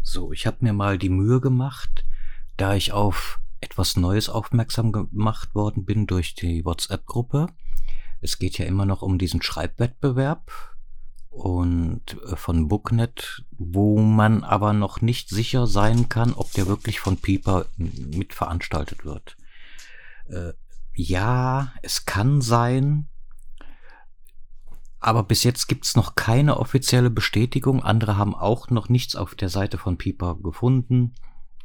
So, ich habe mir mal die Mühe gemacht, da ich auf etwas Neues aufmerksam gemacht worden bin durch die WhatsApp-Gruppe. Es geht ja immer noch um diesen Schreibwettbewerb und von Booknet, wo man aber noch nicht sicher sein kann, ob der wirklich von Piper mitveranstaltet wird. Ja, es kann sein, aber bis jetzt gibt's noch keine offizielle Bestätigung. Andere haben auch noch nichts auf der Seite von Piper gefunden.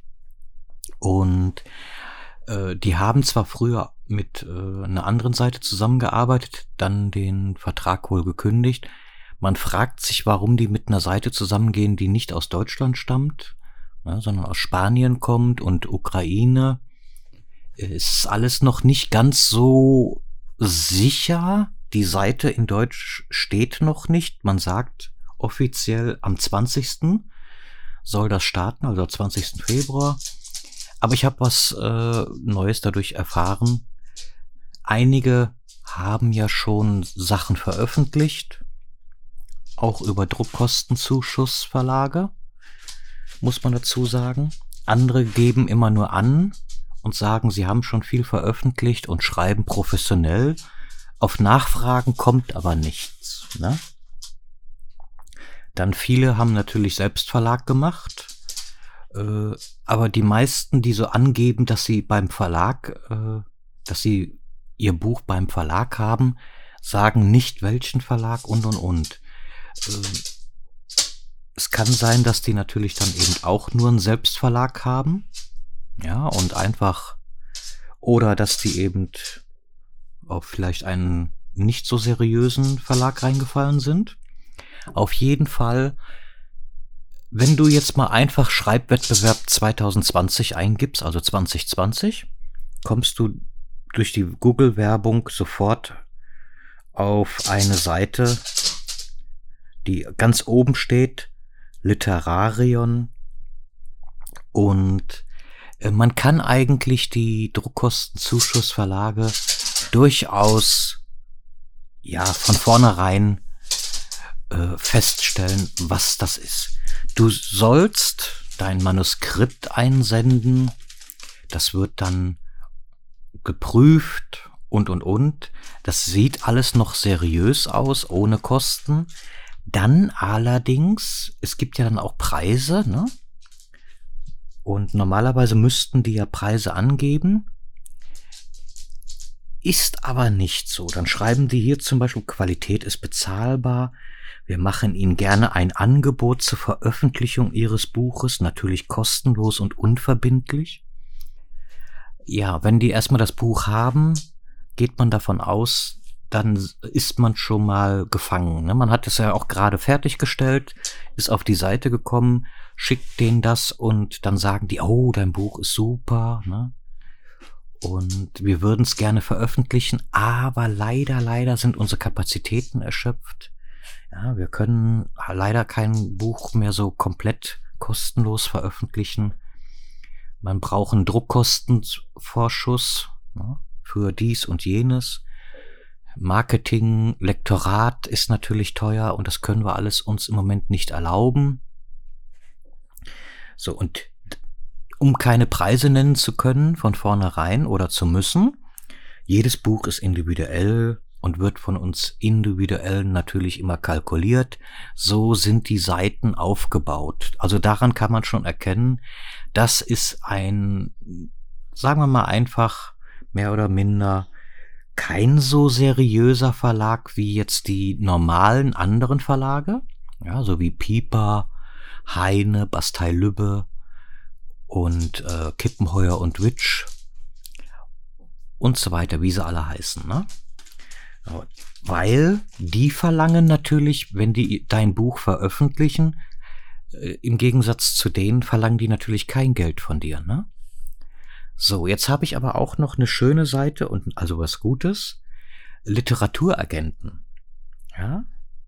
Und die haben zwar früher mit einer anderen Seite zusammengearbeitet, dann den Vertrag wohl gekündigt. Man fragt sich, warum die mit einer Seite zusammengehen, die nicht aus Deutschland stammt, sondern aus Spanien kommt und Ukraine. Es ist alles noch nicht ganz so sicher. Die Seite in Deutsch steht noch nicht. Man sagt offiziell am 20. soll das starten, also 20. Februar. Aber ich habe was Neues dadurch erfahren. Einige haben ja schon Sachen veröffentlicht, auch über Druckkostenzuschussverlage, muss man dazu sagen. Andere geben immer nur an und sagen, sie haben schon viel veröffentlicht und schreiben professionell. Auf Nachfragen kommt aber nichts, ne? Dann viele haben natürlich Selbstverlag gemacht, aber die meisten, die so angeben, dass sie beim Verlag, dass sie ihr Buch beim Verlag haben, sagen nicht welchen Verlag und. Es kann sein, dass die natürlich dann eben auch nur einen Selbstverlag haben, ja, und einfach, oder dass die eben auf vielleicht einen nicht so seriösen Verlag reingefallen sind. Auf jeden Fall, wenn du jetzt mal einfach Schreibwettbewerb 2020 eingibst, also 2020, kommst du durch die Google-Werbung sofort auf eine Seite, die ganz oben steht, Literarion, und man kann eigentlich die Druckkostenzuschussverlage durchaus ja von vornherein feststellen, was das ist. Du sollst dein Manuskript einsenden, das wird dann geprüft und. Das sieht alles noch seriös aus, ohne Kosten. Dann allerdings, es gibt ja dann auch Preise, ne? Und normalerweise müssten die ja Preise angeben. Ist aber nicht so. Dann schreiben die hier zum Beispiel, Qualität ist bezahlbar. Wir machen Ihnen gerne ein Angebot zur Veröffentlichung Ihres Buches, natürlich kostenlos und unverbindlich. Ja, wenn die erstmal das Buch haben, geht man davon aus, dann ist man schon mal gefangen, ne? Man hat es ja auch gerade fertiggestellt, ist auf die Seite gekommen, schickt denen das und dann sagen die, oh, dein Buch ist super, ne? Und wir würden es gerne veröffentlichen, aber leider sind unsere Kapazitäten erschöpft. Ja, wir können leider kein Buch mehr so komplett kostenlos veröffentlichen. Man braucht einen Druckkostenvorschuss, ne, für dies und jenes. Marketing, Lektorat ist natürlich teuer und das können wir alles uns im Moment nicht erlauben. So, und um keine Preise nennen zu können von vornherein oder zu müssen, jedes Buch ist individuell und wird von uns individuell natürlich immer kalkuliert. So sind die Seiten aufgebaut. Also daran kann man schon erkennen, das ist ein, sagen wir mal einfach, mehr oder minder kein so seriöser Verlag wie jetzt die normalen anderen Verlage, ja, so wie Piper, Heine, Bastei-Lübbe und Kippenheuer und Witsch und so weiter, wie sie alle heißen, ne? Weil die verlangen natürlich, wenn die dein Buch veröffentlichen, im Gegensatz zu denen verlangen die natürlich kein Geld von dir, ne? So, jetzt habe ich aber auch noch eine schöne Seite und also was Gutes. Literaturagenten. Ja?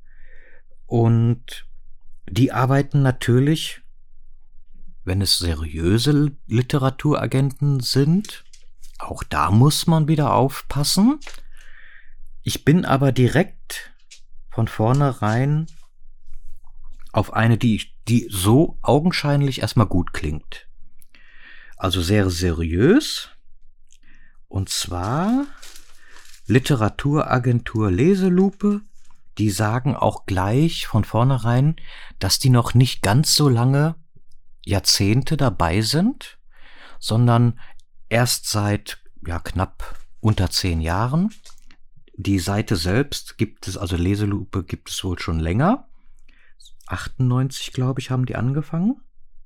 Und die arbeiten natürlich, wenn es seriöse Literaturagenten sind, auch da muss man wieder aufpassen. Ich bin aber direkt von vornherein auf eine, die ich die so augenscheinlich erstmal gut klingt. Also sehr seriös. Und zwar Literaturagentur Leselupe. Die sagen auch gleich von vornherein, dass die noch nicht ganz so lange Jahrzehnte dabei sind, sondern erst seit knapp unter 10 Jahren. Die Seite selbst gibt es, also Leselupe gibt es wohl schon länger. 98, glaube ich, haben die angefangen.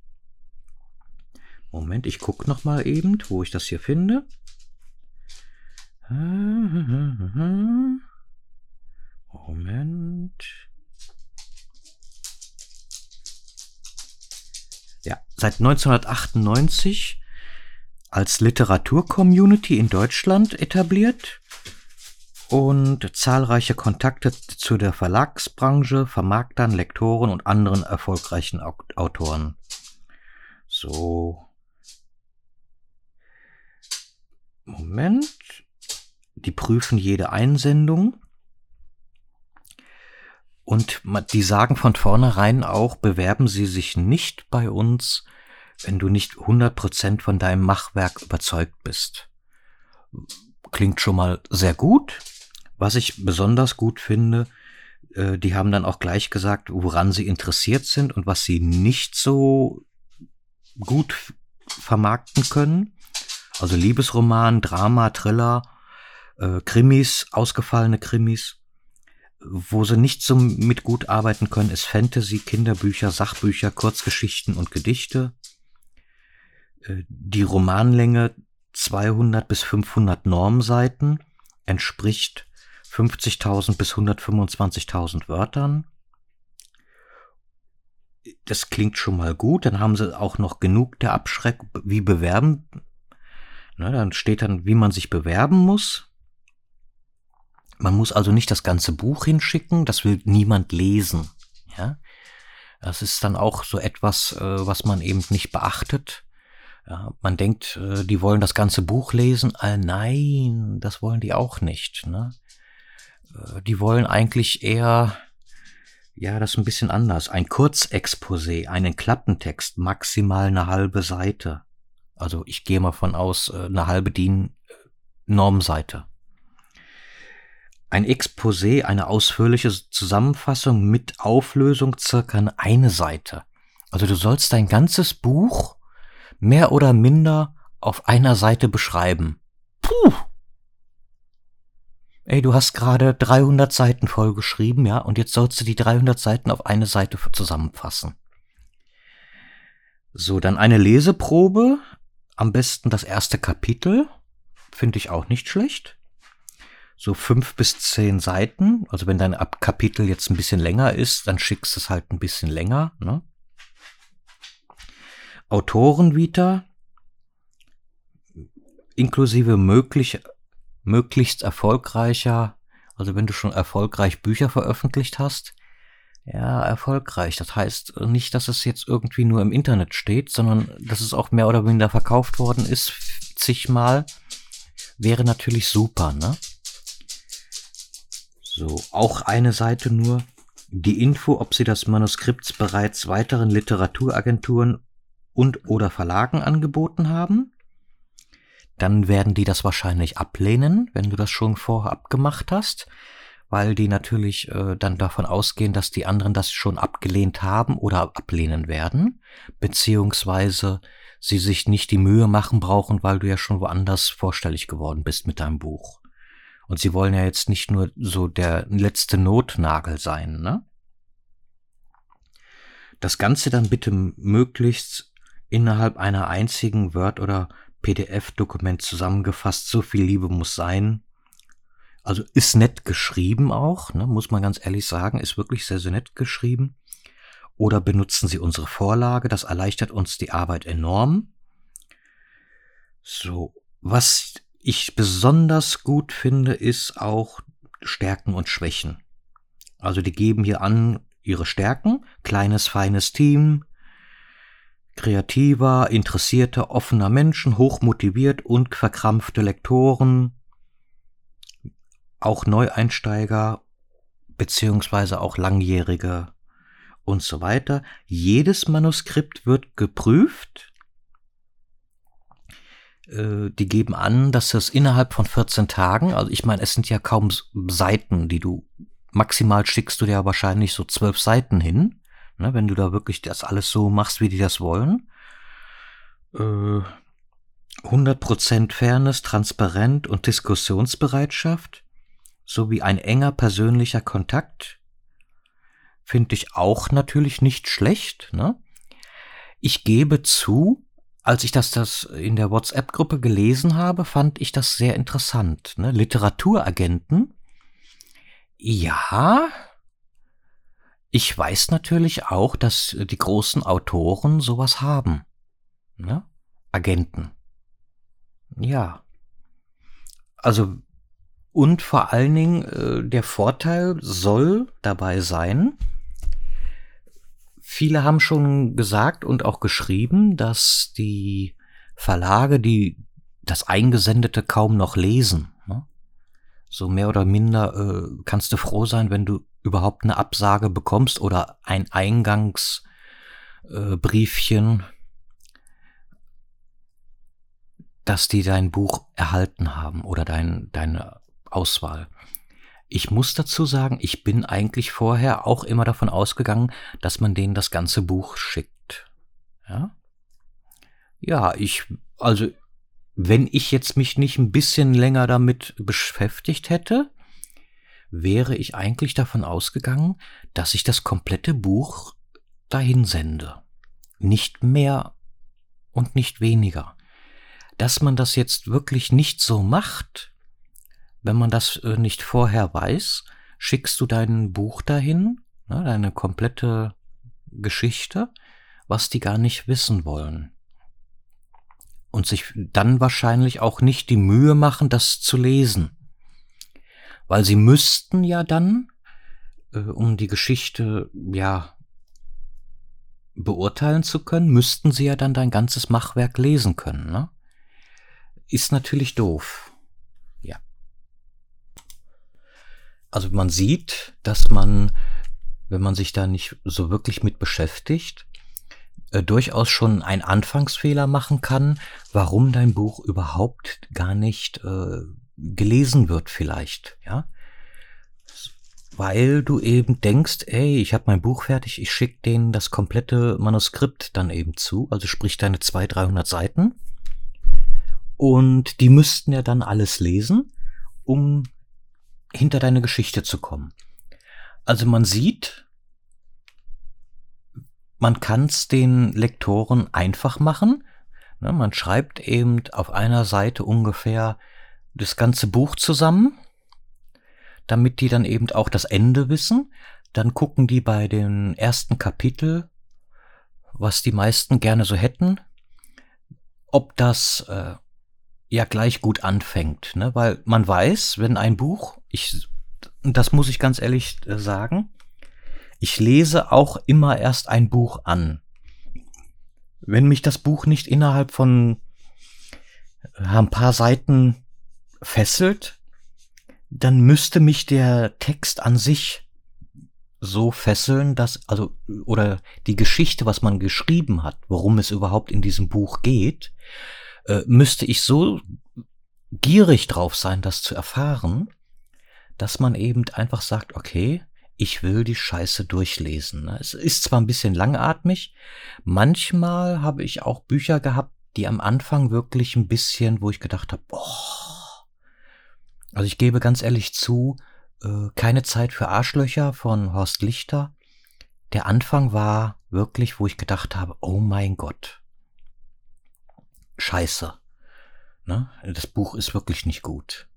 Moment, ich gucke noch mal eben, wo ich das hier finde. Moment. Ja, seit 1998 als Literaturcommunity in Deutschland etabliert und zahlreiche Kontakte zu der Verlagsbranche, Vermarktern, Lektoren und anderen erfolgreichen Autoren. So. Moment. Die prüfen jede Einsendung. Und die sagen von vornherein auch, bewerben Sie sich nicht bei uns, wenn du nicht 100% von deinem Machwerk überzeugt bist. Klingt schon mal sehr gut. Was ich besonders gut finde, die haben dann auch gleich gesagt, woran sie interessiert sind und was sie nicht so gut vermarkten können. Also Liebesroman, Drama, Thriller, Krimis, ausgefallene Krimis. Wo sie nicht so mit gut arbeiten können, ist Fantasy, Kinderbücher, Sachbücher, Kurzgeschichten und Gedichte. Die Romanlänge 200 bis 500 Normseiten entspricht 50.000 bis 125.000 Wörtern. Das klingt schon mal gut. Dann haben sie auch noch genug der Abschreckung, wie bewerben. Dann steht dann, wie man sich bewerben muss. Man muss also nicht das ganze Buch hinschicken, das will niemand lesen. Ja, das ist dann auch so etwas, was man eben nicht beachtet. Ja, man denkt, die wollen das ganze Buch lesen. Nein, das wollen die auch nicht. Ne? Die wollen eigentlich eher, das ist ein bisschen anders. Ein Kurzexposé, einen Klappentext, maximal eine halbe Seite. Also ich gehe mal von aus, eine halbe DIN-Normseite. Ein Exposé, eine ausführliche Zusammenfassung mit Auflösung, circa eine Seite. Also du sollst dein ganzes Buch mehr oder minder auf einer Seite beschreiben. Puh! Ey, du hast gerade 300 Seiten vollgeschrieben, ja, und jetzt sollst du die 300 Seiten auf eine Seite zusammenfassen. So, dann eine Leseprobe. Am besten das erste Kapitel. Finde ich auch nicht schlecht. So 5 bis 10 Seiten. Also wenn dein Kapitel jetzt ein bisschen länger ist, dann schickst du es halt ein bisschen länger. Ne? Autorenvita inklusive möglichst erfolgreicher, also wenn du schon erfolgreich Bücher veröffentlicht hast, ja, erfolgreich. Das heißt nicht, dass es jetzt irgendwie nur im Internet steht, sondern dass es auch mehr oder weniger verkauft worden ist, zigmal. Wäre natürlich super, ne? So, auch eine Seite nur. Die Info, ob Sie das Manuskript bereits weiteren Literaturagenturen und/oder Verlagen angeboten haben. Dann werden die das wahrscheinlich ablehnen, wenn du das schon vorher abgemacht hast, weil die natürlich dann davon ausgehen, dass die anderen das schon abgelehnt haben oder ablehnen werden, beziehungsweise sie sich nicht die Mühe machen brauchen, weil du ja schon woanders vorstellig geworden bist mit deinem Buch. Und sie wollen ja jetzt nicht nur so der letzte Notnagel sein, ne? Das Ganze dann bitte möglichst innerhalb einer einzigen Word- oder PDF-Dokument zusammengefasst. So viel Liebe muss sein. Also ist nett geschrieben auch, ne? Muss man ganz ehrlich sagen, ist wirklich sehr, sehr nett geschrieben. Oder benutzen Sie unsere Vorlage, das erleichtert uns die Arbeit enorm. So, was ich besonders gut finde, ist auch Stärken und Schwächen. Also die geben hier an ihre Stärken, kleines, feines Team, kreativer, interessierter, offener Menschen, hochmotiviert und verkrampfte Lektoren, auch Neueinsteiger, beziehungsweise auch Langjährige und so weiter. Jedes Manuskript wird geprüft. Die geben an, dass es innerhalb von 14 Tagen, also ich meine, es sind ja kaum Seiten, die du, maximal schickst du dir ja wahrscheinlich so 12 Seiten hin, ne, wenn du da wirklich das alles so machst, wie die das wollen. 100% Fairness, Transparenz und Diskussionsbereitschaft sowie ein enger persönlicher Kontakt finde ich auch natürlich nicht schlecht, ne? Ich gebe zu, als ich das in der WhatsApp-Gruppe gelesen habe, fand ich das sehr interessant, ne? Literaturagenten, ja, ich weiß natürlich auch, dass die großen Autoren sowas haben, ne? Agenten. Ja. Also, und vor allen Dingen, der Vorteil soll dabei sein, viele haben schon gesagt und auch geschrieben, dass die Verlage, die das Eingesendete kaum noch lesen, ne? So mehr oder minder kannst du froh sein, wenn du überhaupt eine Absage bekommst oder ein Eingangsbriefchen, dass die dein Buch erhalten haben oder deine Auswahl. Ich muss dazu sagen, ich bin eigentlich vorher auch immer davon ausgegangen, dass man denen das ganze Buch schickt. Ja? Ja, also, wenn ich jetzt mich nicht ein bisschen länger damit beschäftigt hätte, wäre ich eigentlich davon ausgegangen, dass ich das komplette Buch dahin sende. Nicht mehr und nicht weniger. Dass man das jetzt wirklich nicht so macht, wenn man das nicht vorher weiß, schickst du dein Buch dahin, ne, deine komplette Geschichte, was die gar nicht wissen wollen. Und sich dann wahrscheinlich auch nicht die Mühe machen, das zu lesen. Weil sie müssten ja dann, um die Geschichte, ja, beurteilen zu können, müssten sie ja dann dein ganzes Machwerk lesen können, ne? Ist natürlich doof. Ja. Also man sieht, dass man, wenn man sich da nicht so wirklich mit beschäftigt, durchaus schon einen Anfangsfehler machen kann, warum dein Buch überhaupt gar nicht gelesen wird vielleicht, ja? Weil du eben denkst, ey, ich habe mein Buch fertig, ich schicke denen das komplette Manuskript dann eben zu, also sprich deine 200-300 Seiten. Und die müssten ja dann alles lesen, um hinter deine Geschichte zu kommen. Also man sieht, man kann es den Lektoren einfach machen. Ne, man schreibt eben auf einer Seite ungefähr das ganze Buch zusammen, damit die dann eben auch das Ende wissen. Dann gucken die bei den ersten Kapitel, was die meisten gerne so hätten, ob das ja gleich gut anfängt, ne? Weil man weiß, wenn ein Buch, das muss ich ganz ehrlich sagen, ich lese auch immer erst ein Buch an. Wenn mich das Buch nicht innerhalb von ein paar Seiten fesselt, dann müsste mich der Text an sich so fesseln, oder die Geschichte, was man geschrieben hat, worum es überhaupt in diesem Buch geht, müsste ich so gierig drauf sein, das zu erfahren, dass man eben einfach sagt, okay, ich will die Scheiße durchlesen. Es ist zwar ein bisschen langatmig, manchmal habe ich auch Bücher gehabt, die am Anfang wirklich ein bisschen, wo ich gedacht habe, boah. Also ich gebe ganz ehrlich zu, Keine Zeit für Arschlöcher von Horst Lichter. Der Anfang war wirklich, wo ich gedacht habe, oh mein Gott. Scheiße. Ne? Das Buch ist wirklich nicht gut.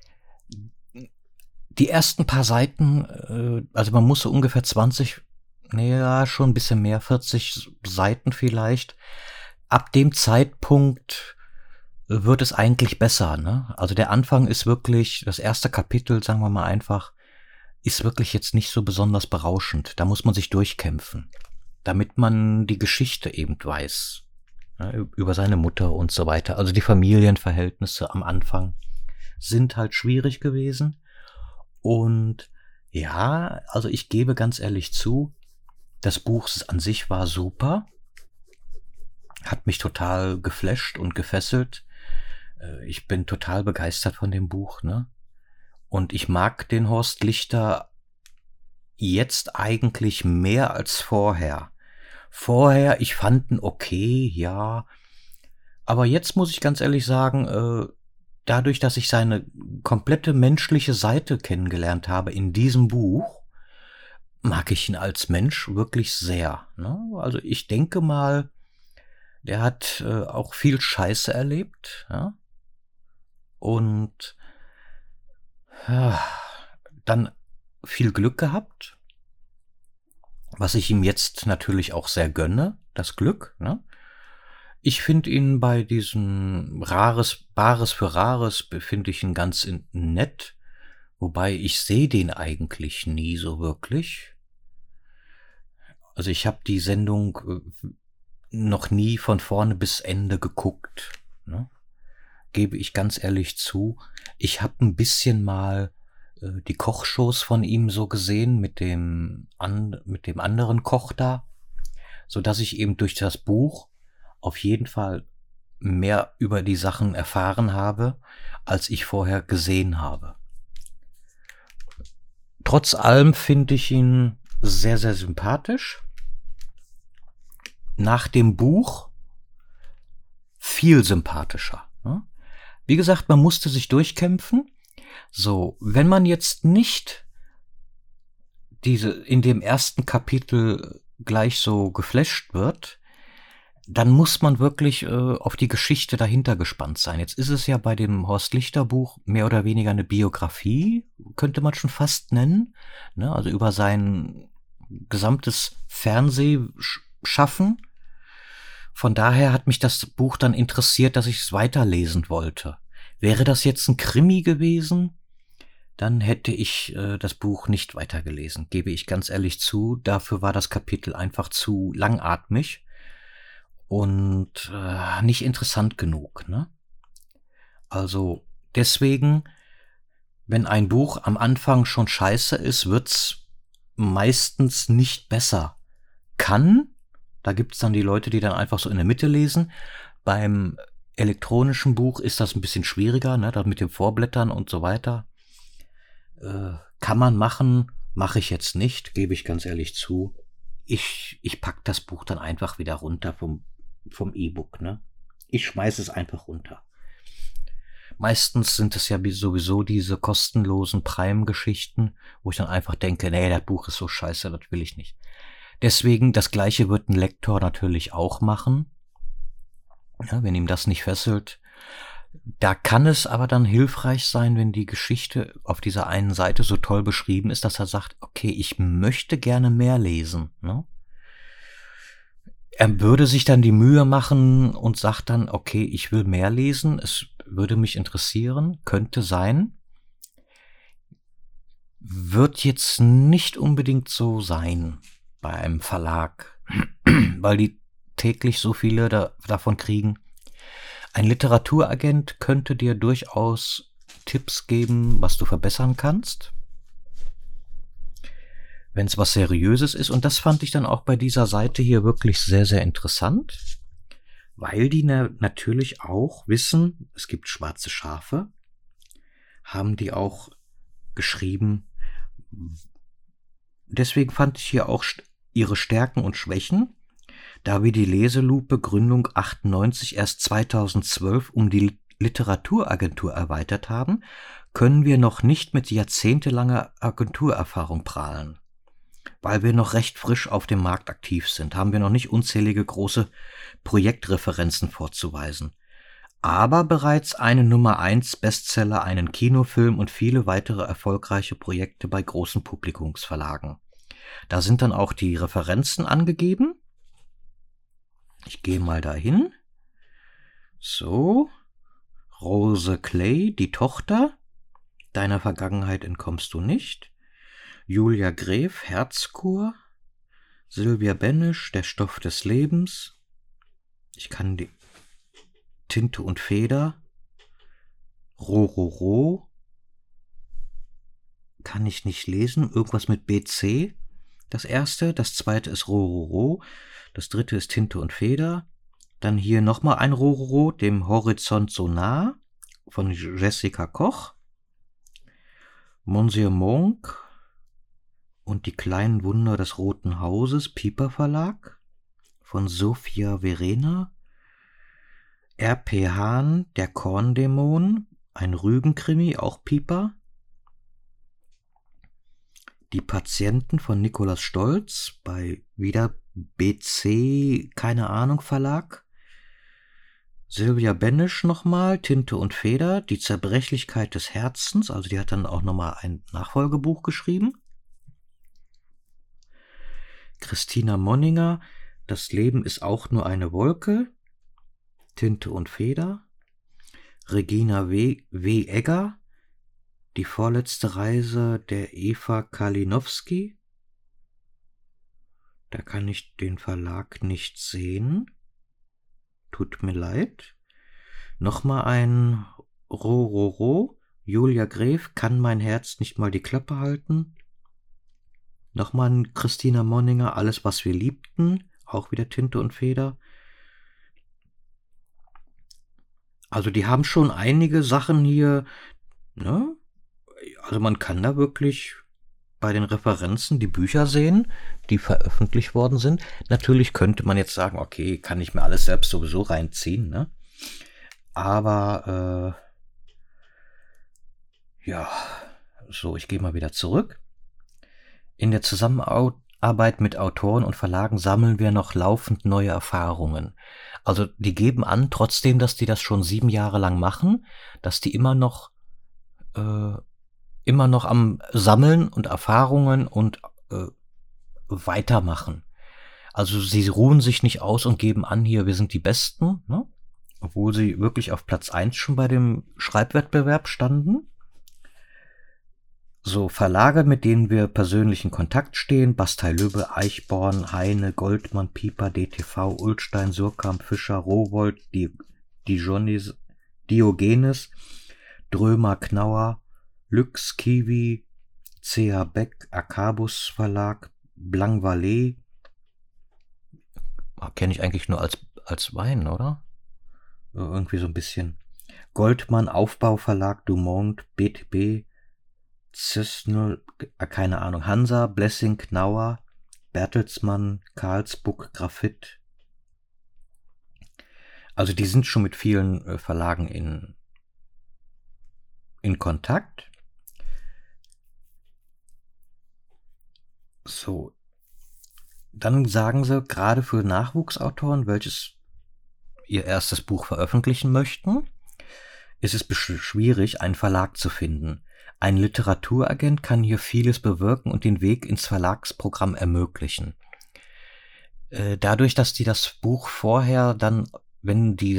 Die ersten paar Seiten, also man muss so ungefähr 20, schon ein bisschen mehr, 40 Seiten vielleicht. Ab dem Zeitpunkt wird es eigentlich besser. Ne? Also der Anfang ist wirklich, das erste Kapitel, sagen wir mal einfach, ist wirklich jetzt nicht so besonders berauschend. Da muss man sich durchkämpfen, damit man die Geschichte eben weiß. Über seine Mutter und so weiter. Also die Familienverhältnisse am Anfang sind halt schwierig gewesen. Und ja, also ich gebe ganz ehrlich zu, Das Buch an sich war super, hat mich total geflasht und gefesselt. Ich bin total begeistert von dem Buch, ne? Und ich mag den Horst Lichter jetzt eigentlich mehr als vorher. Vorher, ich fand ihn okay, ja. Aber jetzt muss ich ganz ehrlich sagen, dadurch, dass ich seine komplette menschliche Seite kennengelernt habe in diesem Buch, mag ich ihn als Mensch wirklich sehr. Ne? Also ich denke mal, der hat auch viel Scheiße erlebt, ja? Und ja, dann viel Glück gehabt, was ich ihm jetzt natürlich auch sehr gönne, das Glück. Ne? Ich finde ihn bei diesem Bares für Rares, finde ich ihn ganz nett, wobei ich sehe den eigentlich nie so wirklich. Also ich habe die Sendung noch nie von vorne bis Ende geguckt, ne? Gebe ich ganz ehrlich zu. Ich habe ein bisschen mal die Kochshows von ihm so gesehen mit dem anderen Koch da, so dass ich eben durch das Buch auf jeden Fall mehr über die Sachen erfahren habe, als ich vorher gesehen habe. Trotz allem finde ich ihn sehr, sehr sympathisch. Nach dem Buch viel sympathischer. Ne? Wie gesagt, man musste sich durchkämpfen. So, wenn man jetzt nicht in dem ersten Kapitel gleich so geflasht wird, dann muss man wirklich auf die Geschichte dahinter gespannt sein. Jetzt ist es ja bei dem Horst Lichter Buch mehr oder weniger eine Biografie, könnte man schon fast nennen. Ne? Also über sein gesamtes Fernsehschaffen. Von daher hat mich das Buch dann interessiert, dass ich es weiterlesen wollte. Wäre das jetzt ein Krimi gewesen, dann hätte ich das Buch nicht weitergelesen, gebe ich ganz ehrlich zu. Dafür war das Kapitel einfach zu langatmig und nicht interessant genug. Ne? Also deswegen, wenn ein Buch am Anfang schon scheiße ist, wird's meistens nicht besser. Da gibt's dann die Leute, die dann einfach so in der Mitte lesen. Beim elektronischen Buch ist das ein bisschen schwieriger, ne, da mit dem Vorblättern und so weiter. Kann man machen, mache ich jetzt nicht, gebe ich ganz ehrlich zu. Ich pack das Buch dann einfach wieder runter vom E-Book, ne? Ich schmeiße es einfach runter. Meistens sind es ja sowieso diese kostenlosen Prime-Geschichten, wo ich dann einfach denke, nee, das Buch ist so scheiße, das will ich nicht. Deswegen, das Gleiche wird ein Lektor natürlich auch machen, ja, wenn ihm das nicht fesselt. Da kann es aber dann hilfreich sein, wenn die Geschichte auf dieser einen Seite so toll beschrieben ist, dass er sagt, okay, ich möchte gerne mehr lesen. Ne? Er würde sich dann die Mühe machen und sagt dann, okay, ich will mehr lesen, es würde mich interessieren, könnte sein. Wird jetzt nicht unbedingt so sein bei einem Verlag, weil die täglich so viele davon kriegen. Ein Literaturagent könnte dir durchaus Tipps geben, was du verbessern kannst, wenn es was Seriöses ist. Und das fand ich dann auch bei dieser Seite hier wirklich sehr, sehr interessant, weil die natürlich auch wissen, es gibt schwarze Schafe, haben die auch geschrieben. Deswegen fand ich hier auch ihre Stärken und Schwächen. Da wir die Leselupe Gründung 98 erst 2012 um die Literaturagentur erweitert haben, können wir noch nicht mit jahrzehntelanger Agenturerfahrung prahlen. Weil wir noch recht frisch auf dem Markt aktiv sind, haben wir noch nicht unzählige große Projektreferenzen vorzuweisen. Aber bereits einen Nummer 1 Bestseller, einen Kinofilm und viele weitere erfolgreiche Projekte bei großen Publikumsverlagen. Da sind dann auch die Referenzen angegeben. Ich gehe mal dahin. So. Rose Clay, die Tochter. Deiner Vergangenheit entkommst du nicht. Julia Gref, Herzchor. Sylvia Benesch, der Stoff des Lebens. Ich kann die Tinte und Feder. Rororo. Kann ich nicht lesen. Irgendwas mit BC. das erste. Das zweite ist Rororo. Das dritte ist Tinte und Feder. Dann hier nochmal ein Rororo, dem Horizont so nah, von Jessica Koch. Monsieur Monk und die kleinen Wunder des Roten Hauses, Piper Verlag, von Sophia Verena. R.P. Hahn, der Korndämon, ein Rügenkrimi, auch Piper. Die Patienten von Nikolaus Stolz bei wieder BC, keine Ahnung, Verlag. Sylvia Benisch nochmal, Tinte und Feder, die Zerbrechlichkeit des Herzens, also die hat dann auch nochmal ein Nachfolgebuch geschrieben. Christina Monninger, Das Leben ist auch nur eine Wolke, Tinte und Feder. Regina W. Egger, Die vorletzte Reise der Eva Kalinowski. Da kann ich den Verlag nicht sehen. Tut mir leid. Nochmal ein Rororo. Julia Gref, Kann mein Herz nicht mal die Klappe halten. Nochmal ein Christina Monninger, Alles, was wir liebten. Auch wieder Tinte und Feder. Also die haben schon einige Sachen hier, ne? Also man kann da wirklich bei den Referenzen die Bücher sehen, die veröffentlicht worden sind. Natürlich könnte man jetzt sagen, okay, kann ich mir alles selbst sowieso reinziehen, ne? Aber, ja, so, ich gehe mal wieder zurück. In der Zusammenarbeit mit Autoren und Verlagen sammeln wir noch laufend neue Erfahrungen. Also die geben an, trotzdem, dass die das schon 7 Jahre lang machen, dass die immer noch am Sammeln und Erfahrungen und weitermachen. Also sie ruhen sich nicht aus und geben an, hier, wir sind die Besten, ne? Obwohl sie wirklich auf Platz 1 schon bei dem Schreibwettbewerb standen. So, Verlage, mit denen wir persönlich in Kontakt stehen: Bastei-Lübbe, Eichborn, Heine, Goldmann, Pieper, DTV, Ullstein, Surkamp, Fischer, Rowohlt, Diogenes, Drömer, Knauer, Lüx, Kiwi, C.H. Beck, Akabus Verlag, Blanc Vallée. Kenne ich eigentlich nur als Wein, oder? Irgendwie so ein bisschen. Goldmann, Aufbauverlag, Dumont, BTB, Zisnul, keine Ahnung, Hansa, Blessing, Knauer, Bertelsmann, Karlsbuck, Graphit. Also die sind schon mit vielen Verlagen in Kontakt. So, dann sagen sie, gerade für Nachwuchsautoren, welches ihr erstes Buch veröffentlichen möchten, ist es schwierig, einen Verlag zu finden. Ein Literaturagent kann hier vieles bewirken und den Weg ins Verlagsprogramm ermöglichen. Dadurch, dass die das Buch vorher dann, wenn die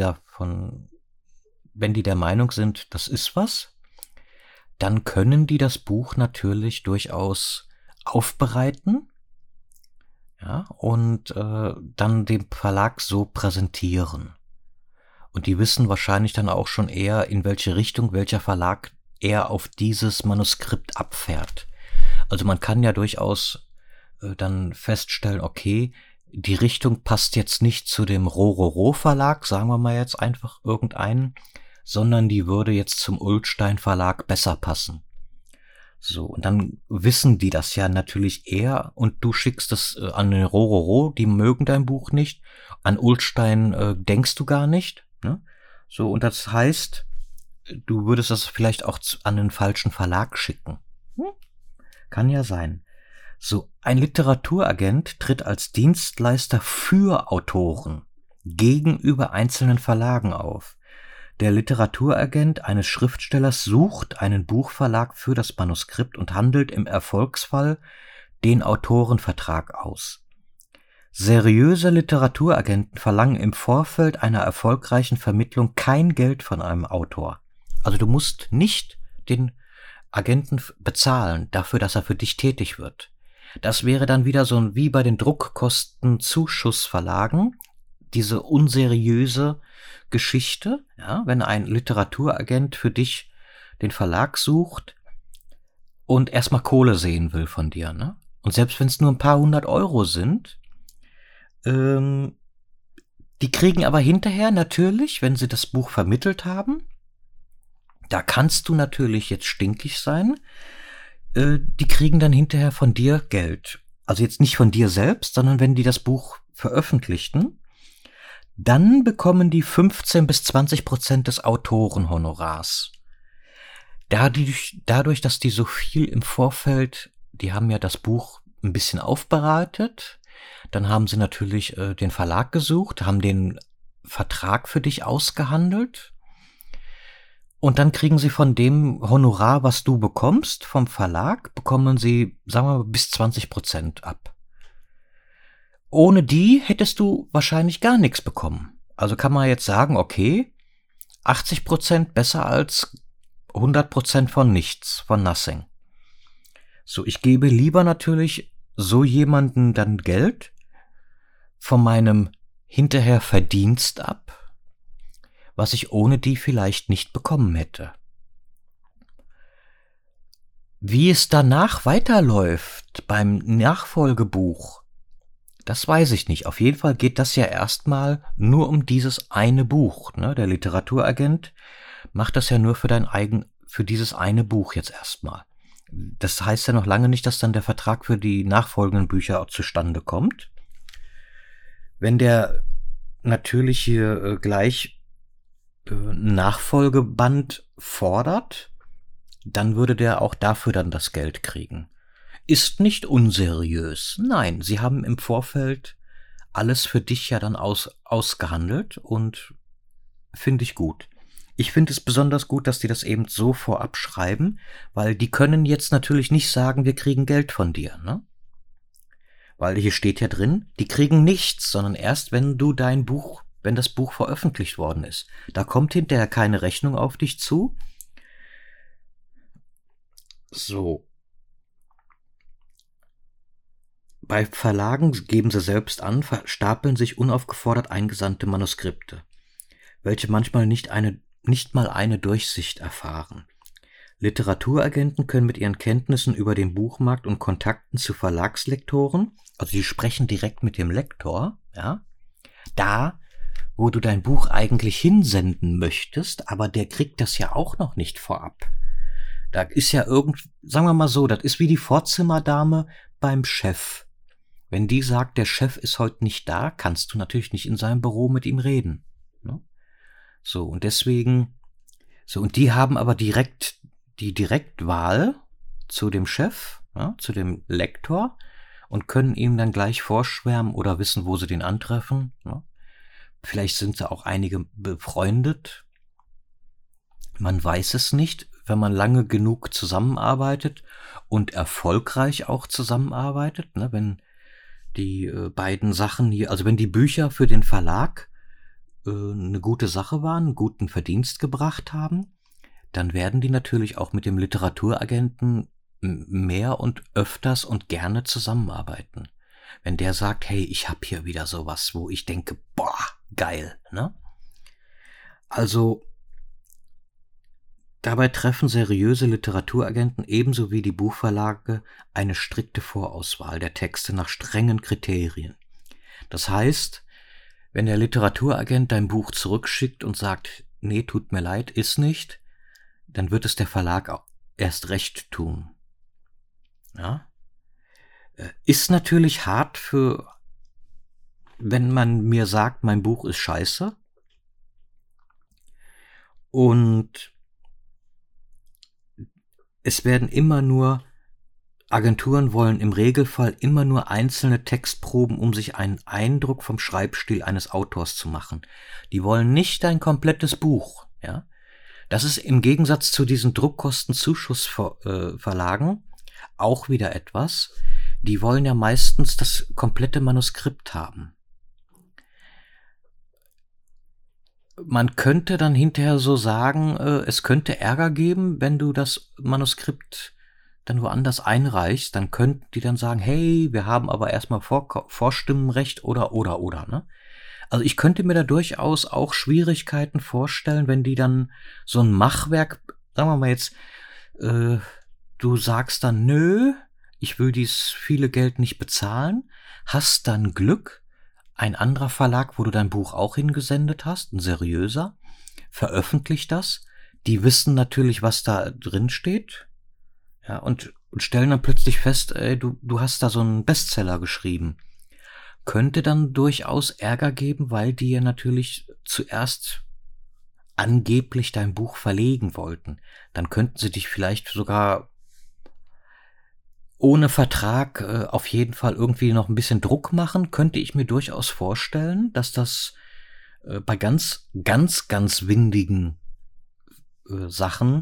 der Meinung sind, das ist was, dann können die das Buch natürlich durchaus aufbereiten, ja, und dann dem Verlag so präsentieren. Und die wissen wahrscheinlich dann auch schon eher, in welche Richtung welcher Verlag eher auf dieses Manuskript abfährt. Also man kann ja durchaus dann feststellen, okay, die Richtung passt jetzt nicht zu dem Rororo Verlag, sagen wir mal jetzt einfach irgendeinen, sondern die würde jetzt zum Ullstein Verlag besser passen. So, und dann wissen die das ja natürlich eher, und du schickst es an den Rororo, die mögen dein Buch nicht, an Ullstein denkst du gar nicht, ne? So, und das heißt, du würdest das vielleicht auch an den falschen Verlag schicken. Kann ja sein. So, ein Literaturagent tritt als Dienstleister für Autoren gegenüber einzelnen Verlagen auf. Der Literaturagent eines Schriftstellers sucht einen Buchverlag für das Manuskript und handelt im Erfolgsfall den Autorenvertrag aus. Seriöse Literaturagenten verlangen im Vorfeld einer erfolgreichen Vermittlung kein Geld von einem Autor. Also du musst nicht den Agenten bezahlen dafür, dass er für dich tätig wird. Das wäre dann wieder so wie bei den Druckkostenzuschussverlagen, diese unseriöse Geschichte, ja, wenn ein Literaturagent für dich den Verlag sucht und erstmal Kohle sehen will von dir, ne? Und selbst wenn es nur ein paar 100 € sind, die kriegen aber hinterher natürlich, wenn sie das Buch vermittelt haben, da kannst du natürlich jetzt stinkig sein, die kriegen dann hinterher von dir Geld. Also jetzt nicht von dir selbst, sondern wenn die das Buch veröffentlichten, dann bekommen die 15-20% des Autorenhonorars. Dadurch, dass die so viel im Vorfeld, die haben ja das Buch ein bisschen aufbereitet, dann haben sie natürlich den Verlag gesucht, haben den Vertrag für dich ausgehandelt und dann kriegen sie von dem Honorar, was du bekommst vom Verlag, bekommen sie, sagen wir mal, bis 20% ab. Ohne die hättest du wahrscheinlich gar nichts bekommen. Also kann man jetzt sagen, okay, 80% besser als 100% von nichts, von nothing. So, ich gebe lieber natürlich so jemanden dann Geld von meinem hinterher Verdienst ab, was ich ohne die vielleicht nicht bekommen hätte. Wie es danach weiterläuft beim Nachfolgebuch, das weiß ich nicht. Auf jeden Fall geht das ja erstmal nur um dieses eine Buch. Ne? Der Literaturagent macht das ja nur für dieses eine Buch jetzt erstmal. Das heißt ja noch lange nicht, dass dann der Vertrag für die nachfolgenden Bücher auch zustande kommt. Wenn der natürlich hier gleich Nachfolgeband fordert, dann würde der auch dafür dann das Geld kriegen. Ist nicht unseriös. Nein, sie haben im Vorfeld alles für dich ja dann ausgehandelt und finde ich gut. Ich finde es besonders gut, dass die das eben so vorab schreiben, weil die können jetzt natürlich nicht sagen, wir kriegen Geld von dir, ne? Weil hier steht ja drin, die kriegen nichts, sondern erst wenn das Buch veröffentlicht worden ist. Da kommt hinterher keine Rechnung auf dich zu. So. Bei Verlagen geben sie selbst an, stapeln sich unaufgefordert eingesandte Manuskripte, welche manchmal nicht mal eine Durchsicht erfahren. Literaturagenten können mit ihren Kenntnissen über den Buchmarkt und Kontakten zu Verlagslektoren, also die sprechen direkt mit dem Lektor, ja, da, wo du dein Buch eigentlich hinsenden möchtest, aber der kriegt das ja auch noch nicht vorab. Da ist ja sagen wir mal so, das ist wie die Vorzimmerdame beim Chef. Wenn die sagt, der Chef ist heute nicht da, kannst du natürlich nicht in seinem Büro mit ihm reden. Ne? So, und deswegen, und die haben aber die Direktwahl zu dem Chef, ja, zu dem Lektor und können ihm dann gleich vorschwärmen oder wissen, wo sie den antreffen. Ne? Vielleicht sind da auch einige befreundet. Man weiß es nicht, wenn man lange genug zusammenarbeitet und erfolgreich auch zusammenarbeitet, ne, wenn die beiden Sachen hier, also wenn die Bücher für den Verlag eine gute Sache waren, einen guten Verdienst gebracht haben, dann werden die natürlich auch mit dem Literaturagenten mehr und öfters und gerne zusammenarbeiten. Wenn der sagt, hey, ich habe hier wieder sowas, wo ich denke, boah, geil, ne? Also dabei treffen seriöse Literaturagenten ebenso wie die Buchverlage eine strikte Vorauswahl der Texte nach strengen Kriterien. Das heißt, wenn der Literaturagent dein Buch zurückschickt und sagt, nee, tut mir leid, ist nicht, dann wird es der Verlag auch erst recht tun. Ja? Ist natürlich hart wenn man mir sagt, mein Buch ist scheiße. Und es werden Agenturen wollen im Regelfall immer nur einzelne Textproben, um sich einen Eindruck vom Schreibstil eines Autors zu machen. Die wollen nicht dein komplettes Buch, ja. Das ist im Gegensatz zu diesen Druckkostenzuschussverlagen auch wieder etwas. Die wollen ja meistens das komplette Manuskript haben. Man könnte dann hinterher so sagen, es könnte Ärger geben, wenn du das Manuskript dann woanders einreichst, dann könnten die dann sagen, hey, wir haben aber erstmal Vorstimmenrecht oder, ne? Also ich könnte mir da durchaus auch Schwierigkeiten vorstellen, wenn die dann so ein Machwerk, sagen wir mal jetzt, du sagst dann, nö, ich will dies viele Geld nicht bezahlen, hast dann Glück, ein anderer Verlag, wo du dein Buch auch hingesendet hast, ein seriöser, veröffentlicht das, die wissen natürlich, was da drin steht, ja, und stellen dann plötzlich fest, du hast da so einen Bestseller geschrieben. Könnte dann durchaus Ärger geben, weil die ja natürlich zuerst angeblich dein Buch verlegen wollten. Dann könnten sie dich vielleicht sogar ohne Vertrag auf jeden Fall irgendwie noch ein bisschen Druck machen. Könnte ich mir durchaus vorstellen, dass das bei ganz, ganz, ganz windigen Sachen,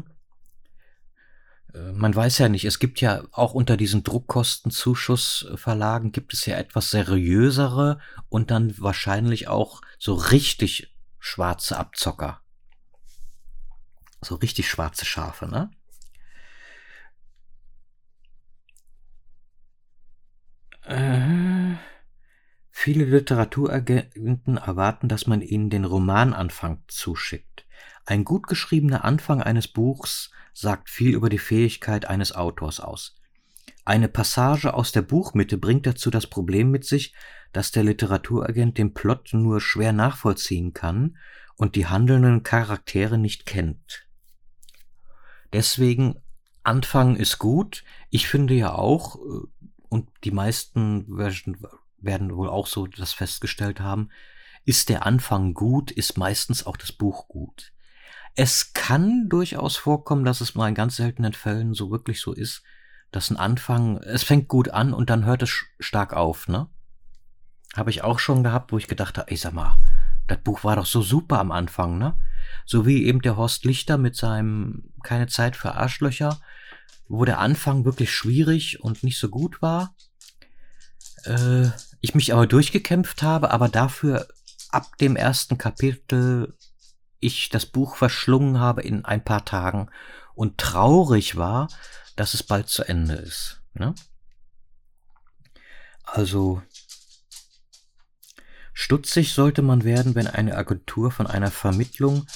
man weiß ja nicht, es gibt ja auch unter diesen Druckkostenzuschussverlagen gibt es ja etwas seriösere und dann wahrscheinlich auch so richtig schwarze Abzocker. So richtig schwarze Schafe, ne? Viele Literaturagenten erwarten, dass man ihnen den Romananfang zuschickt. Ein gut geschriebener Anfang eines Buchs sagt viel über die Fähigkeit eines Autors aus. Eine Passage aus der Buchmitte bringt dazu das Problem mit sich, dass der Literaturagent den Plot nur schwer nachvollziehen kann und die handelnden Charaktere nicht kennt. Deswegen, Anfang ist gut. Ich finde ja auch, und die meisten werden wohl auch so das festgestellt haben, ist der Anfang gut, ist meistens auch das Buch gut. Es kann durchaus vorkommen, dass es mal in ganz seltenen Fällen so wirklich so ist, dass ein Anfang, es fängt gut an und dann hört es stark auf, ne? Habe ich auch schon gehabt, wo ich gedacht habe, ey, sag mal, das Buch war doch so super am Anfang, ne? So wie eben der Horst Lichter mit seinem Keine Zeit für Arschlöcher, wo der Anfang wirklich schwierig und nicht so gut war. Ich mich aber durchgekämpft habe, aber dafür ab dem ersten Kapitel ich das Buch verschlungen habe in ein paar Tagen und traurig war, dass es bald zu Ende ist, ne? Also stutzig sollte man werden, wenn eine Agentur vor einer Vermittlung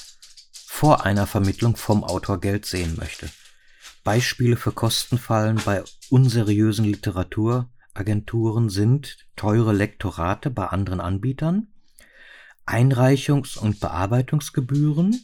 vom Autor Geld sehen möchte. Beispiele für Kostenfallen bei unseriösen Literaturagenturen sind teure Lektorate bei anderen Anbietern, Einreichungs- und Bearbeitungsgebühren.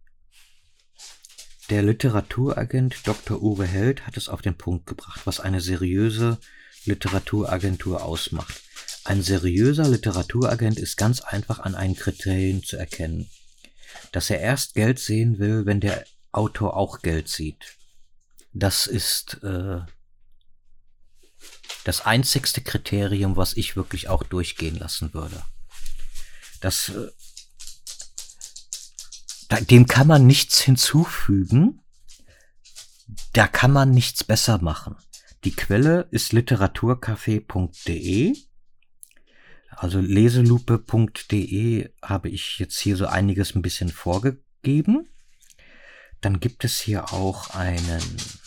Der Literaturagent Dr. Uwe Held hat es auf den Punkt gebracht, was eine seriöse Literaturagentur ausmacht. Ein seriöser Literaturagent ist ganz einfach an einen Kriterien zu erkennen, dass er erst Geld sehen will, wenn der Autor auch Geld sieht. Das ist das einzigste Kriterium, was ich wirklich auch durchgehen lassen würde. Dem kann man nichts hinzufügen, da kann man nichts besser machen. Die Quelle ist literaturcafé.de, also leselupe.de habe ich jetzt hier so einiges ein bisschen vorgegeben. Dann gibt es hier auch einen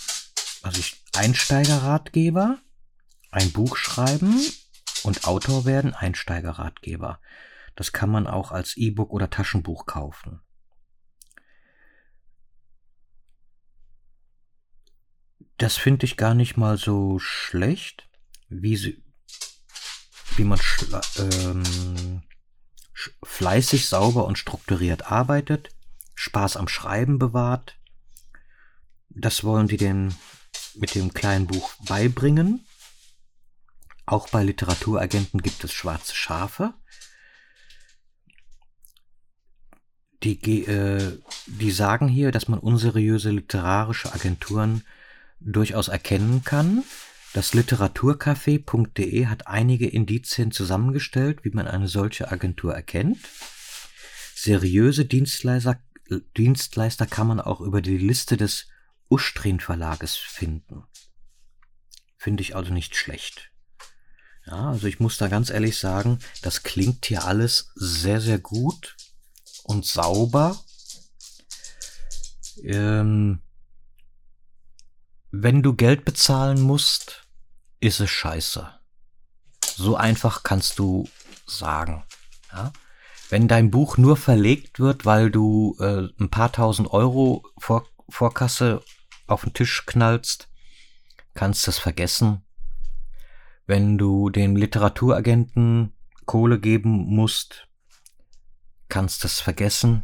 Einsteigerratgeber, ein Buch schreiben und Autor werden, Einsteigerratgeber. Das kann man auch als E-Book oder Taschenbuch kaufen. Das finde ich gar nicht mal so schlecht, wie man fleißig, sauber und strukturiert arbeitet, Spaß am Schreiben bewahrt. Das wollen die denn mit dem kleinen Buch beibringen. Auch bei Literaturagenten gibt es schwarze Schafe. Die sagen hier, dass man unseriöse literarische Agenturen durchaus erkennen kann. Das literaturcafé.de hat einige Indizien zusammengestellt, wie man eine solche Agentur erkennt. Seriöse Dienstleister kann man auch über die Liste des Ustrin Verlages finden. Finde ich also nicht schlecht. Ja, also ich muss da ganz ehrlich sagen, das klingt hier alles sehr, sehr gut und sauber. Wenn du Geld bezahlen musst, ist es scheiße. So einfach kannst du sagen. Ja? Wenn dein Buch nur verlegt wird, weil du ein paar tausend Euro Vorkasse auf den Tisch knallst, kannst du es vergessen. wenn du dem Literaturagenten Kohle geben musst, kannst es vergessen.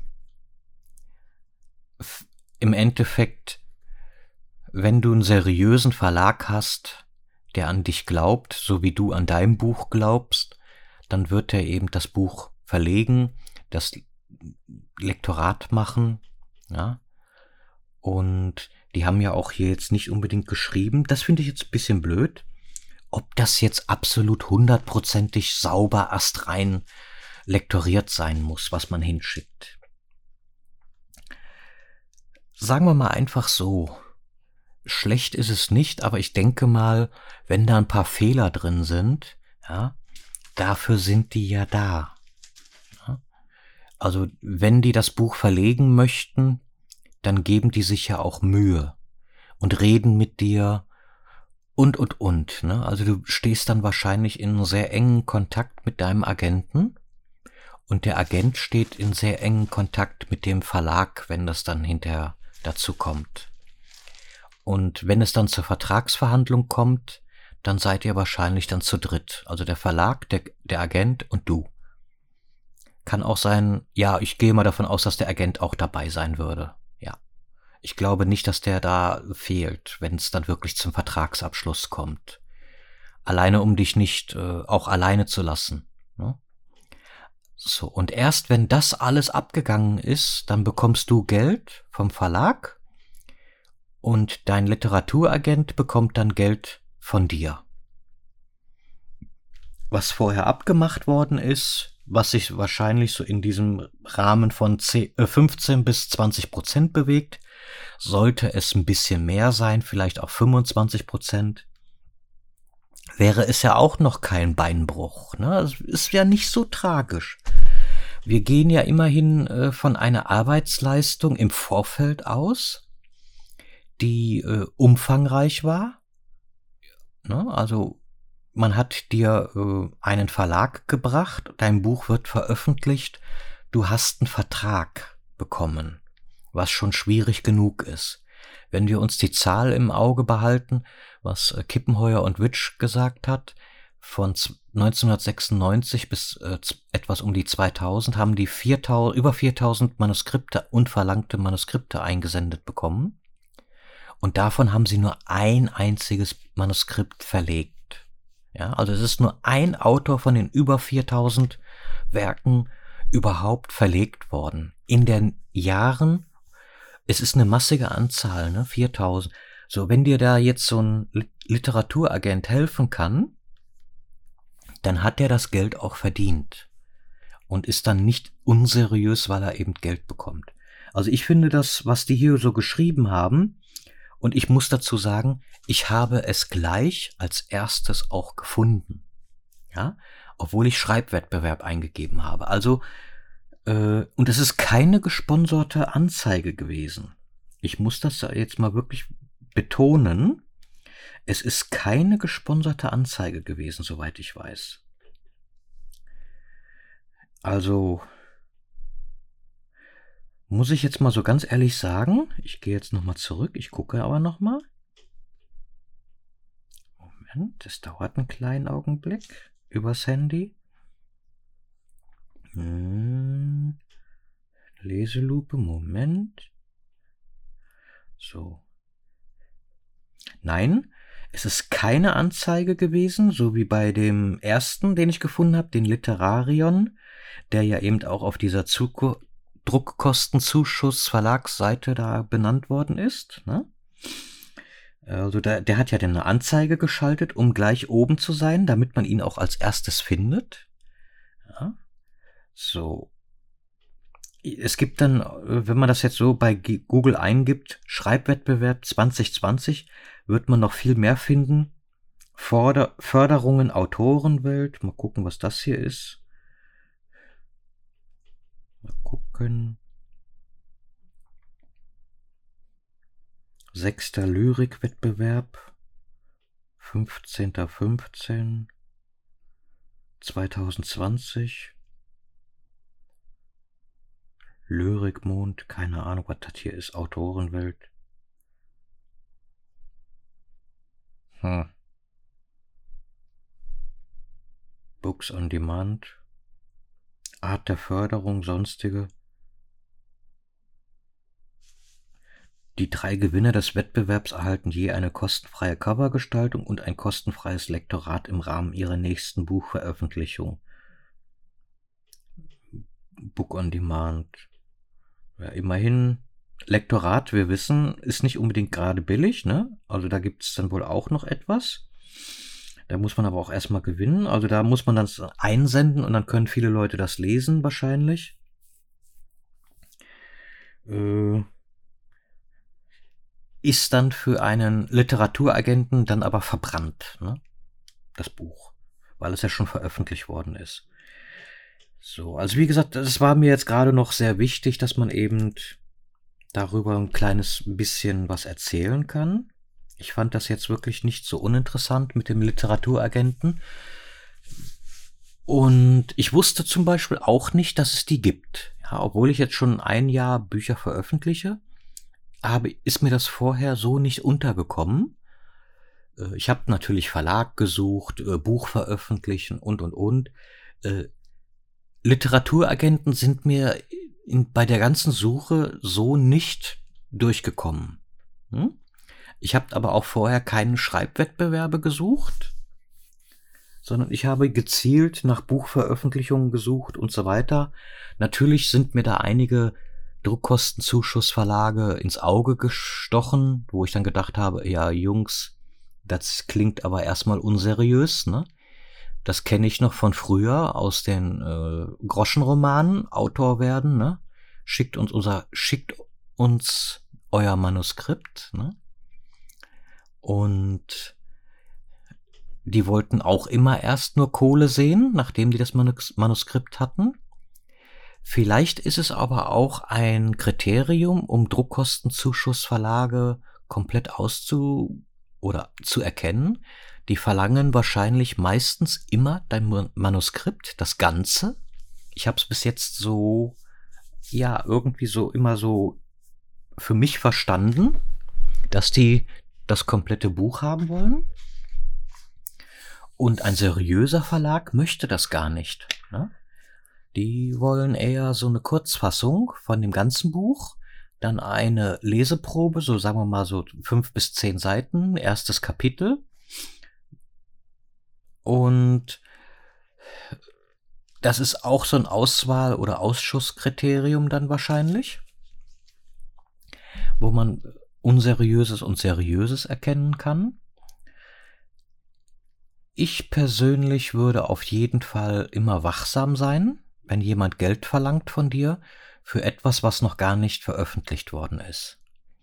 Im Endeffekt, wenn du einen seriösen Verlag hast, der an dich glaubt, so wie du an dein Buch glaubst, dann wird er eben das Buch verlegen, das Lektorat machen, ja. Und die haben ja auch hier jetzt nicht unbedingt geschrieben, das finde ich jetzt ein bisschen blöd, ob das jetzt absolut hundertprozentig sauber astrein lektoriert sein muss, was man hinschickt. Sagen wir mal einfach so, schlecht ist es nicht, aber ich denke mal, wenn da ein paar Fehler drin sind, ja, dafür sind die ja da. Ja? Also wenn die das Buch verlegen möchten, dann geben die sich ja auch Mühe und reden mit dir und. Ne? Also du stehst dann wahrscheinlich in sehr engen Kontakt mit deinem Agenten und der Agent steht in sehr engen Kontakt mit dem Verlag, wenn das dann hinterher dazu kommt. Und wenn es dann zur Vertragsverhandlung kommt, dann seid ihr wahrscheinlich dann zu dritt. Also der Verlag, der Agent und du. Kann auch sein, ja, ich gehe mal davon aus, dass der Agent auch dabei sein würde. Ja. Ich glaube nicht, dass der da fehlt, wenn es dann wirklich zum Vertragsabschluss kommt. Alleine, um dich nicht auch alleine zu lassen. Ne? So, und erst wenn das alles abgegangen ist, dann bekommst du Geld vom Verlag und dein Literaturagent bekommt dann Geld von dir. Was vorher abgemacht worden ist, was sich wahrscheinlich so in diesem Rahmen von 15 bis 20% bewegt, sollte es ein bisschen mehr sein, vielleicht auch 25%, wäre es ja auch noch kein Beinbruch. Ne? Das ist ja nicht so tragisch. Wir gehen ja immerhin von einer Arbeitsleistung im Vorfeld aus, die umfangreich war. Ne? Also man hat dir einen Verlag gebracht, dein Buch wird veröffentlicht, du hast einen Vertrag bekommen, was schon schwierig genug ist. Wenn wir uns die Zahl im Auge behalten, was Kippenheuer und Witsch gesagt hat, von 1996 bis etwas um die 2000 haben die über 4000 Manuskripte, unverlangte Manuskripte eingesendet bekommen. Und davon haben sie nur ein einziges Manuskript verlegt. Ja, also es ist nur ein Autor von den über 4000 Werken überhaupt verlegt worden. In den Jahren, es ist eine massige Anzahl, ne, 4000. So, wenn dir da jetzt so ein Literaturagent helfen kann, dann hat der das Geld auch verdient und ist dann nicht unseriös, weil er eben Geld bekommt. Also ich finde das, was die hier so geschrieben haben, und ich muss dazu sagen, ich habe es gleich als erstes auch gefunden. Ja, obwohl ich Schreibwettbewerb eingegeben habe. Also, und es ist keine gesponserte Anzeige gewesen. Ich muss das jetzt mal wirklich betonen. Es ist keine gesponserte Anzeige gewesen, soweit ich weiß. Also, muss ich jetzt mal so ganz ehrlich sagen, ich gehe jetzt nochmal zurück, ich gucke aber nochmal. Moment, es dauert einen kleinen Augenblick übers Handy. Leselupe, Moment. So. Nein, es ist keine Anzeige gewesen, so wie bei dem ersten, den ich gefunden habe, den Literarion, der ja eben auch auf dieser Druckkostenzuschuss-Verlagsseite da benannt worden ist. Ne? Also der hat ja dann eine Anzeige geschaltet, um gleich oben zu sein, damit man ihn auch als erstes findet. Ja. So. Es gibt dann, wenn man das jetzt so bei Google eingibt, Schreibwettbewerb 2020, wird man noch viel mehr finden. Förderungen Autorenwelt. Mal gucken, was das hier ist. Mal gucken. 6. Lyrikwettbewerb. 15.15. 2020. Lyrikmond, keine Ahnung, was das hier ist. Autorenwelt. Books on Demand, Art der Förderung, sonstige. Die 3 Gewinner des Wettbewerbs erhalten je eine kostenfreie Covergestaltung und ein kostenfreies Lektorat im Rahmen ihrer nächsten Buchveröffentlichung. Book on Demand. Ja, immerhin, Lektorat, wir wissen, ist nicht unbedingt gerade billig, ne? Also da gibt es dann wohl auch noch etwas. Da muss man aber auch erstmal gewinnen. Also da muss man das einsenden und dann können viele Leute das lesen wahrscheinlich. Ist dann für einen Literaturagenten dann aber verbrannt, ne? Das Buch, weil es ja schon veröffentlicht worden ist. So, also wie gesagt, das war mir jetzt gerade noch sehr wichtig, dass man eben darüber ein kleines bisschen was erzählen kann. Ich fand das jetzt wirklich nicht so uninteressant mit dem Literaturagenten. Und ich wusste zum Beispiel auch nicht, dass es die gibt. Ja, obwohl ich jetzt schon ein Jahr Bücher veröffentliche, ist mir das vorher so nicht untergekommen. Ich habe natürlich Verlag gesucht, Buch veröffentlichen und. Literaturagenten sind mir bei der ganzen Suche so nicht durchgekommen. Ich habe aber auch vorher keine Schreibwettbewerbe gesucht, sondern ich habe gezielt nach Buchveröffentlichungen gesucht und so weiter. Natürlich sind mir da einige Druckkostenzuschussverlage ins Auge gestochen, wo ich dann gedacht habe, ja Jungs, das klingt aber erstmal unseriös, ne? Das kenne ich noch von früher aus den Groschenromanen, Autor werden, ne? Schickt uns euer Manuskript, ne? Und die wollten auch immer erst nur Kohle sehen, nachdem die das Manuskript hatten. Vielleicht ist es aber auch ein Kriterium, um Druckkostenzuschussverlage komplett zu erkennen. Die verlangen wahrscheinlich meistens immer dein Manuskript, das Ganze. Ich habe es bis jetzt so, ja, irgendwie so immer so für mich verstanden, dass die das komplette Buch haben wollen. Und ein seriöser Verlag möchte das gar nicht, ne? Die wollen eher so eine Kurzfassung von dem ganzen Buch, dann eine Leseprobe, so sagen wir mal so 5 bis 10 Seiten, erstes Kapitel. Und das ist auch so ein Auswahl- oder Ausschusskriterium dann wahrscheinlich, wo man Unseriöses und Seriöses erkennen kann. Ich persönlich würde auf jeden Fall immer wachsam sein, wenn jemand Geld verlangt von dir für etwas, was noch gar nicht veröffentlicht worden ist.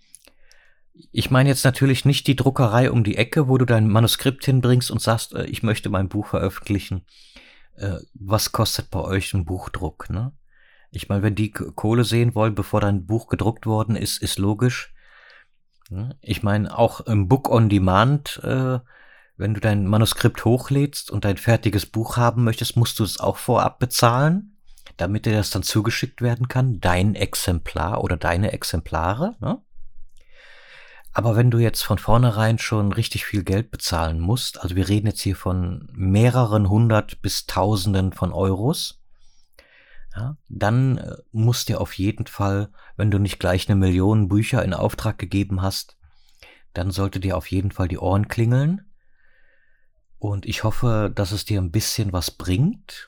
Ich meine jetzt natürlich nicht die Druckerei um die Ecke, wo du dein Manuskript hinbringst und sagst, ich möchte mein Buch veröffentlichen. Was kostet bei euch ein Buchdruck, ne? Ich meine, wenn die Kohle sehen wollen, bevor dein Buch gedruckt worden ist, ist logisch. Ich meine, auch im Book on Demand, wenn du dein Manuskript hochlädst und dein fertiges Buch haben möchtest, musst du es auch vorab bezahlen, damit dir das dann zugeschickt werden kann, dein Exemplar oder deine Exemplare, ne? Aber wenn du jetzt von vornherein schon richtig viel Geld bezahlen musst, also wir reden jetzt hier von mehreren hundert bis Tausenden von Euros, ja, dann musst dir auf jeden Fall, wenn du nicht gleich 1 Million Bücher in Auftrag gegeben hast, dann sollte dir auf jeden Fall die Ohren klingeln. Und ich hoffe, dass es dir ein bisschen was bringt,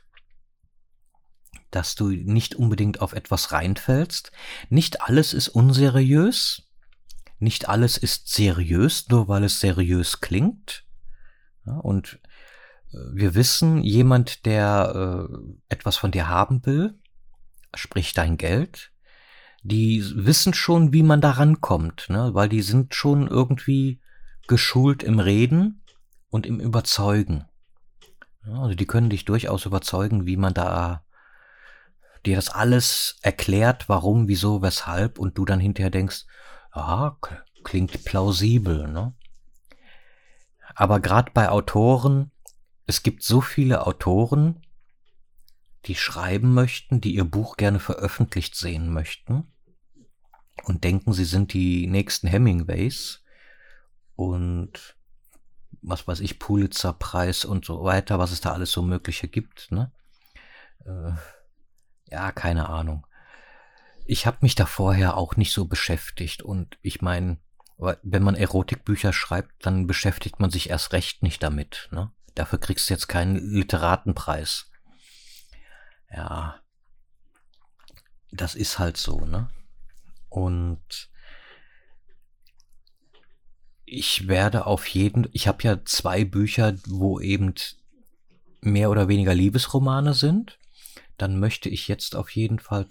dass du nicht unbedingt auf etwas reinfällst. Nicht alles ist unseriös. Nicht alles ist seriös, nur weil es seriös klingt. Ja, und wir wissen, jemand, der etwas von dir haben will, sprich dein Geld, die wissen schon, wie man da rankommt, ne? Weil die sind schon irgendwie geschult im Reden und im Überzeugen. Ja, also die können dich durchaus überzeugen, wie man da dir das alles erklärt, warum, wieso, weshalb, und du dann hinterher denkst, ja, klingt plausibel, ne? Aber gerade bei Autoren, es gibt so viele Autoren, die schreiben möchten, die ihr Buch gerne veröffentlicht sehen möchten und denken, sie sind die nächsten Hemingways und was weiß ich, Pulitzerpreis und so weiter, was es da alles so Mögliche gibt, ne? Ja, keine Ahnung. Ich habe mich da vorher auch nicht so beschäftigt und ich meine, wenn man Erotikbücher schreibt, dann beschäftigt man sich erst recht nicht damit, ne? Dafür kriegst du jetzt keinen Literatenpreis. Ja, das ist halt so, ne? Und ich habe ja 2 Bücher, wo eben mehr oder weniger Liebesromane sind. Dann möchte ich jetzt auf jeden Fall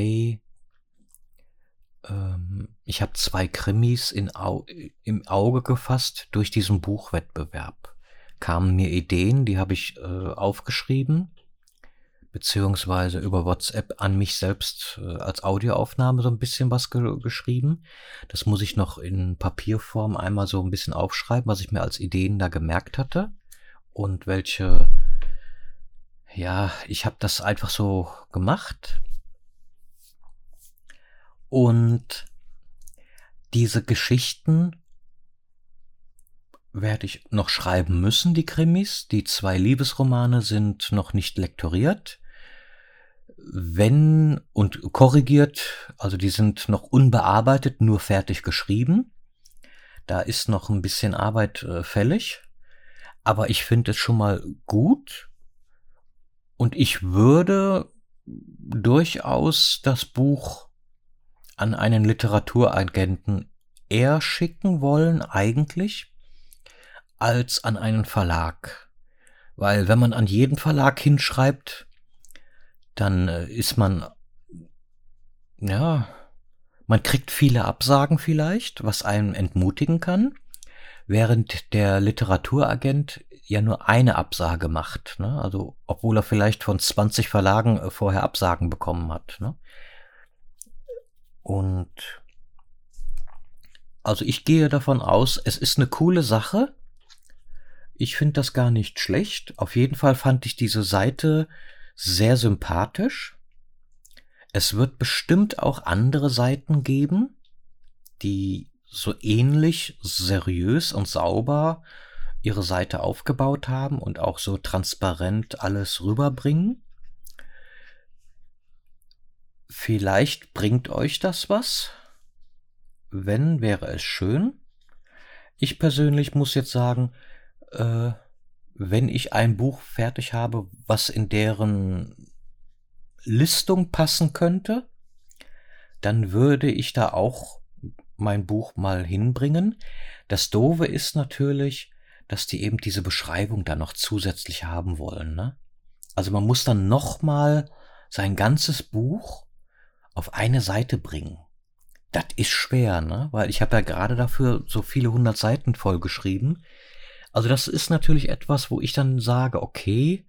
ich habe 2 Krimis im Auge gefasst durch diesen Buchwettbewerb. Kamen mir Ideen, die habe ich aufgeschrieben, beziehungsweise über WhatsApp an mich selbst als Audioaufnahme so ein bisschen was geschrieben. Das muss ich noch in Papierform einmal so ein bisschen aufschreiben, was ich mir als Ideen da gemerkt hatte und ich habe das einfach so gemacht und diese Geschichten werde ich noch schreiben müssen, die Krimis. Die 2 Liebesromane sind noch nicht lektoriert. Und korrigiert, also die sind noch unbearbeitet, nur fertig geschrieben. Da ist noch ein bisschen Arbeit fällig. Aber ich finde es schon mal gut. Und ich würde durchaus das Buch an einen Literaturagenten eher schicken wollen, eigentlich, als an einen Verlag. Weil wenn man an jeden Verlag hinschreibt, dann ist man kriegt viele Absagen vielleicht, was einen entmutigen kann, während der Literaturagent ja nur eine Absage macht, ne? Also, obwohl er vielleicht von 20 Verlagen vorher Absagen bekommen hat, ne? Und also ich gehe davon aus, es ist eine coole Sache. Ich finde das gar nicht schlecht. Auf jeden Fall fand ich diese Seite sehr sympathisch. Es wird bestimmt auch andere Seiten geben, die so ähnlich seriös und sauber ihre Seite aufgebaut haben und auch so transparent alles rüberbringen. Vielleicht bringt euch das was. Wenn, wäre es schön. Ich persönlich muss jetzt sagen, wenn ich ein Buch fertig habe, was in deren Listung passen könnte, dann würde ich da auch mein Buch mal hinbringen. Das Doofe ist natürlich, dass die eben diese Beschreibung da noch zusätzlich haben wollen, ne? Also man muss dann nochmal sein ganzes Buch auf eine Seite bringen. Das ist schwer, ne? Weil ich habe ja gerade dafür so viele 100 Seiten vollgeschrieben. Also das ist natürlich etwas, wo ich dann sage, okay,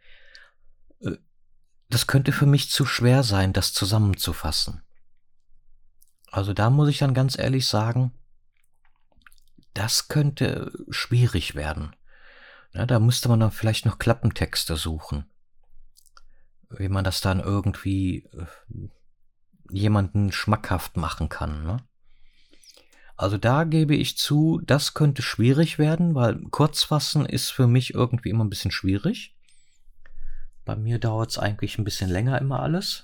das könnte für mich zu schwer sein, das zusammenzufassen. Also da muss ich dann ganz ehrlich sagen, das könnte schwierig werden. Ja, da müsste man dann vielleicht noch Klappentexte suchen. Wie man das dann irgendwie jemanden schmackhaft machen kann, ne? Also da gebe ich zu, das könnte schwierig werden, weil Kurzfassen ist für mich irgendwie immer ein bisschen schwierig. Bei mir dauert es eigentlich ein bisschen länger immer alles.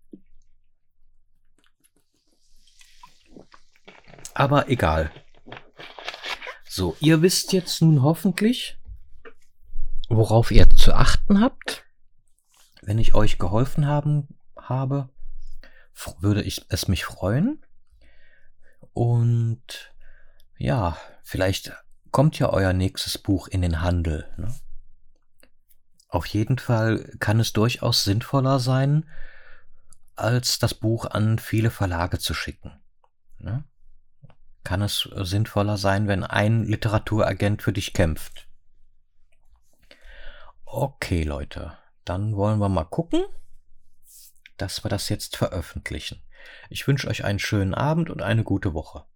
Aber egal. So, ihr wisst jetzt nun hoffentlich, worauf ihr zu achten habt. Wenn ich euch geholfen habe, würde es mich freuen. Und ja, vielleicht kommt ja euer nächstes Buch in den Handel, ne? Auf jeden Fall kann es durchaus sinnvoller sein, als das Buch an viele Verlage zu schicken, ne? Kann es sinnvoller sein, wenn ein Literaturagent für dich kämpft. Okay, Leute, dann wollen wir mal gucken, dass wir das jetzt veröffentlichen. Ich wünsche euch einen schönen Abend und eine gute Woche.